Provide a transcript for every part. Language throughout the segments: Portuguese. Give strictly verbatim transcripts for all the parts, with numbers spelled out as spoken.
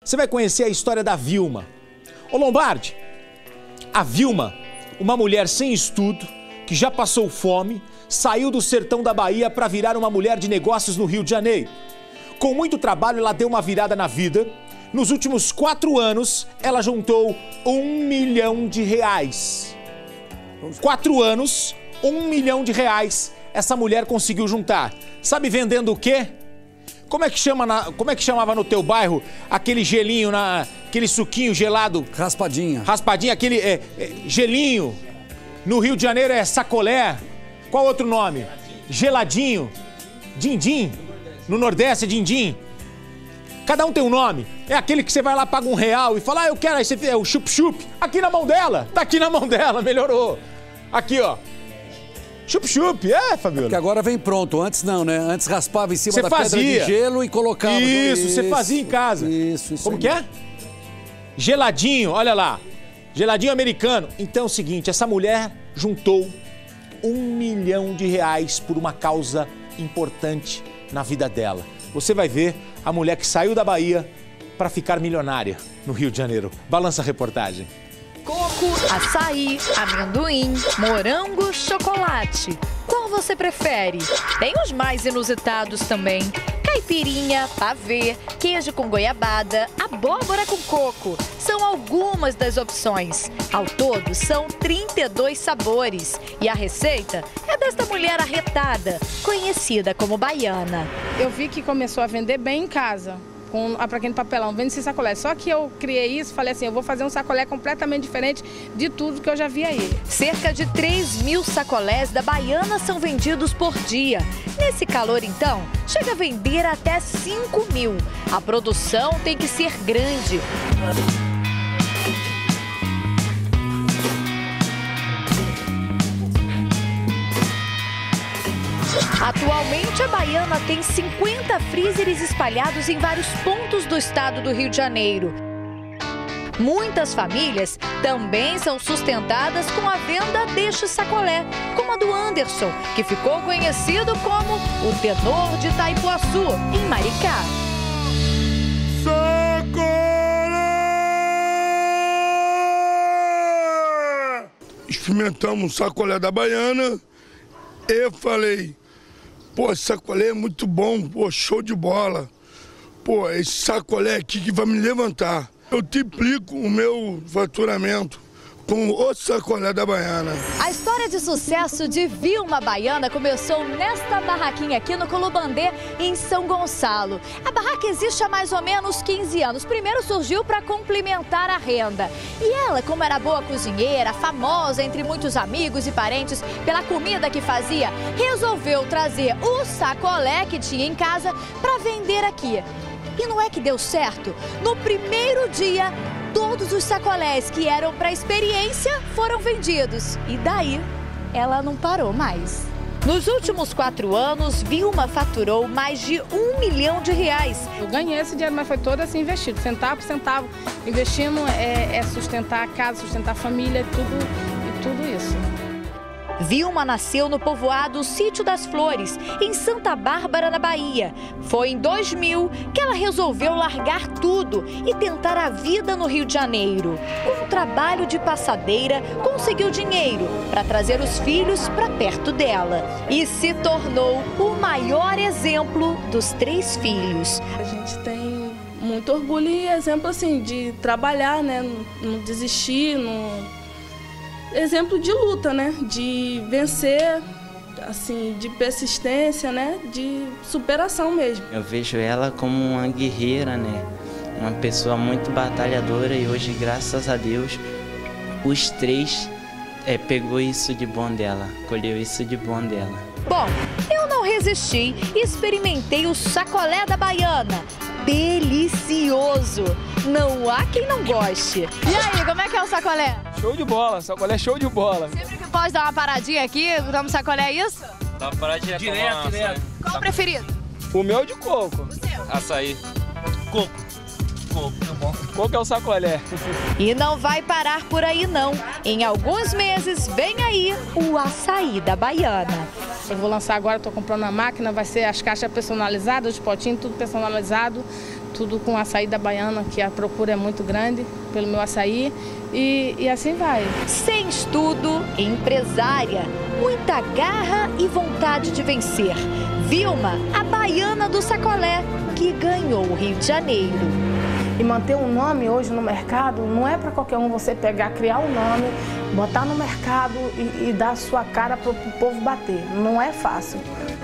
Você vai conhecer a história da Vilma. Ô Lombardi, a Vilma, uma mulher sem estudo, que já passou fome, saiu do sertão da Bahia para virar uma mulher de negócios no Rio de Janeiro. Com muito trabalho, ela deu uma virada na vida. Nos últimos quatro anos, ela juntou um milhão de reais. Quatro anos, um milhão de reais, essa mulher conseguiu juntar. Sabe vendendo o quê? Como é que chama na, como é que chamava no teu bairro aquele gelinho, na, aquele suquinho gelado? Raspadinha. Raspadinha, aquele é, é, gelinho. No Rio de Janeiro é sacolé. Qual outro nome? Geladinho. Dindim. No Nordeste é dindim. Cada um tem um nome. É aquele que você vai lá, paga um real e fala, ah, eu quero, aí você é o chup-chup. Aqui na mão dela. Tá aqui na mão dela, melhorou. Aqui, ó. Chup-chup, é, Fabiola? Que agora vem pronto, antes não, né? Antes raspava em cima cê da fazia. pedra de gelo e colocava... Isso, você fazia em casa. Isso, isso. Como aí. que é? Geladinho, olha lá. Geladinho americano. Então é o seguinte, essa mulher juntou um milhão de reais por uma causa importante na vida dela. Você vai ver a mulher que saiu da Bahia para ficar milionária no Rio de Janeiro. Balança a reportagem. Coco, açaí, amendoim, morango, chocolate. Qual você prefere? Tem os mais inusitados também. Caipirinha, pavê, queijo com goiabada, abóbora com coco. São algumas das opções. Ao todo, são trinta e dois sabores. E a receita é desta mulher arretada, conhecida como baiana. Eu vi que começou a vender bem em casa, com a praquinha de papelão, vende esse sacolé. Só que eu criei isso, falei assim, eu vou fazer um sacolé completamente diferente de tudo que eu já vi aí. Cerca de três mil sacolés da Baiana são vendidos por dia. Nesse calor, então, chega a vender até cinco mil. A produção tem que ser grande. Atualmente, a Baiana tem cinquenta freezers espalhados em vários pontos do estado do Rio de Janeiro. Muitas famílias também são sustentadas com a venda deste sacolé, como a do Anderson, que ficou conhecido como o tenor de Itaipuaçu, em Maricá. Sacolé! Experimentamos o sacolé da Baiana. Eu falei, pô, esse sacolé é muito bom, pô, show de bola. Pô, esse sacolé aqui que vai me levantar. Eu triplico o meu faturamento com o sacolé da Baiana. A história de sucesso de Vilma Baiana começou nesta barraquinha aqui no Culubandê, em São Gonçalo. A barraca existe há mais ou menos quinze anos. Primeiro surgiu para complementar a renda. E ela, como era boa cozinheira, famosa entre muitos amigos e parentes pela comida que fazia, resolveu trazer o sacolé que tinha em casa para vender aqui. E não é que deu certo? No primeiro dia, todos os sacolés que eram para experiência foram vendidos. E daí, ela não parou mais. Nos últimos quatro anos, Vilma faturou mais de um milhão de reais. Eu ganhei esse dinheiro, mas foi todo assim investido, centavo por centavo. Investindo é, é sustentar a casa, sustentar a família, tudo, e tudo isso. Vilma nasceu no povoado Sítio das Flores, em Santa Bárbara, na Bahia. Foi em dois mil que ela resolveu largar tudo e tentar a vida no Rio de Janeiro. Com um trabalho de passadeira, conseguiu dinheiro para trazer os filhos para perto dela. E se tornou o maior exemplo dos três filhos. A gente tem muito orgulho e exemplo assim, de trabalhar, né? Não desistir, não... Exemplo de luta, né? De vencer, assim, de persistência, né? De superação mesmo. Eu vejo ela como uma guerreira, né? Uma pessoa muito batalhadora e hoje, graças a Deus, os três é, pegou isso de bom dela, colheu isso de bom dela. Bom, eu não resisti e experimentei o sacolé da Baiana. Delicioso! Não há quem não goste. E aí, como é que é o sacolé? Show de bola, sacolé show de bola. Sempre que pode dar uma paradinha aqui, dá um sacolé, é isso? Dá uma paradinha direto, direto. Qual o preferido? O meu é de coco. O seu? Açaí. Coco. Coco, é bom. Coco é o sacolé. E não vai parar por aí não. Em alguns meses vem aí o açaí da Baiana. Eu vou lançar agora, estou comprando a máquina, vai ser as caixas personalizadas, os potinhos, tudo personalizado. tudo com açaí da Baiana, que a procura é muito grande pelo meu açaí, e, e assim vai. Sem estudo, empresária, muita garra e vontade de vencer. Vilma, a baiana do sacolé, que ganhou o Rio de Janeiro. E manter um nome hoje no mercado não é para qualquer um você pegar, criar um nome, botar no mercado e, e dar a sua cara para o povo bater. Não é fácil.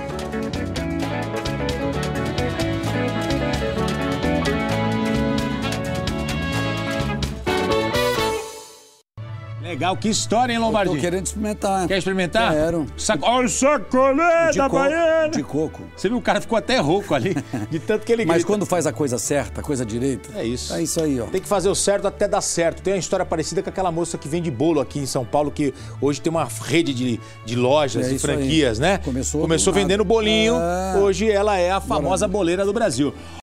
Legal, que história, hein, Lombardi? Tô querendo experimentar. Quer experimentar? Quero. Sac... Olha o sacolé De da co- Baiana. de coco. Você viu, o cara ficou até rouco ali, de tanto que ele grita. Mas quando faz a coisa certa, a coisa direita... É isso. É isso aí, ó. Tem que fazer o certo até dar certo. Tem uma história parecida com aquela moça que vende bolo aqui em São Paulo, que hoje tem uma rede de, de lojas É e isso franquias, aí. né? Começou Começou do nada. vendendo bolinho, Ah. hoje ela é a famosa boleira do Brasil.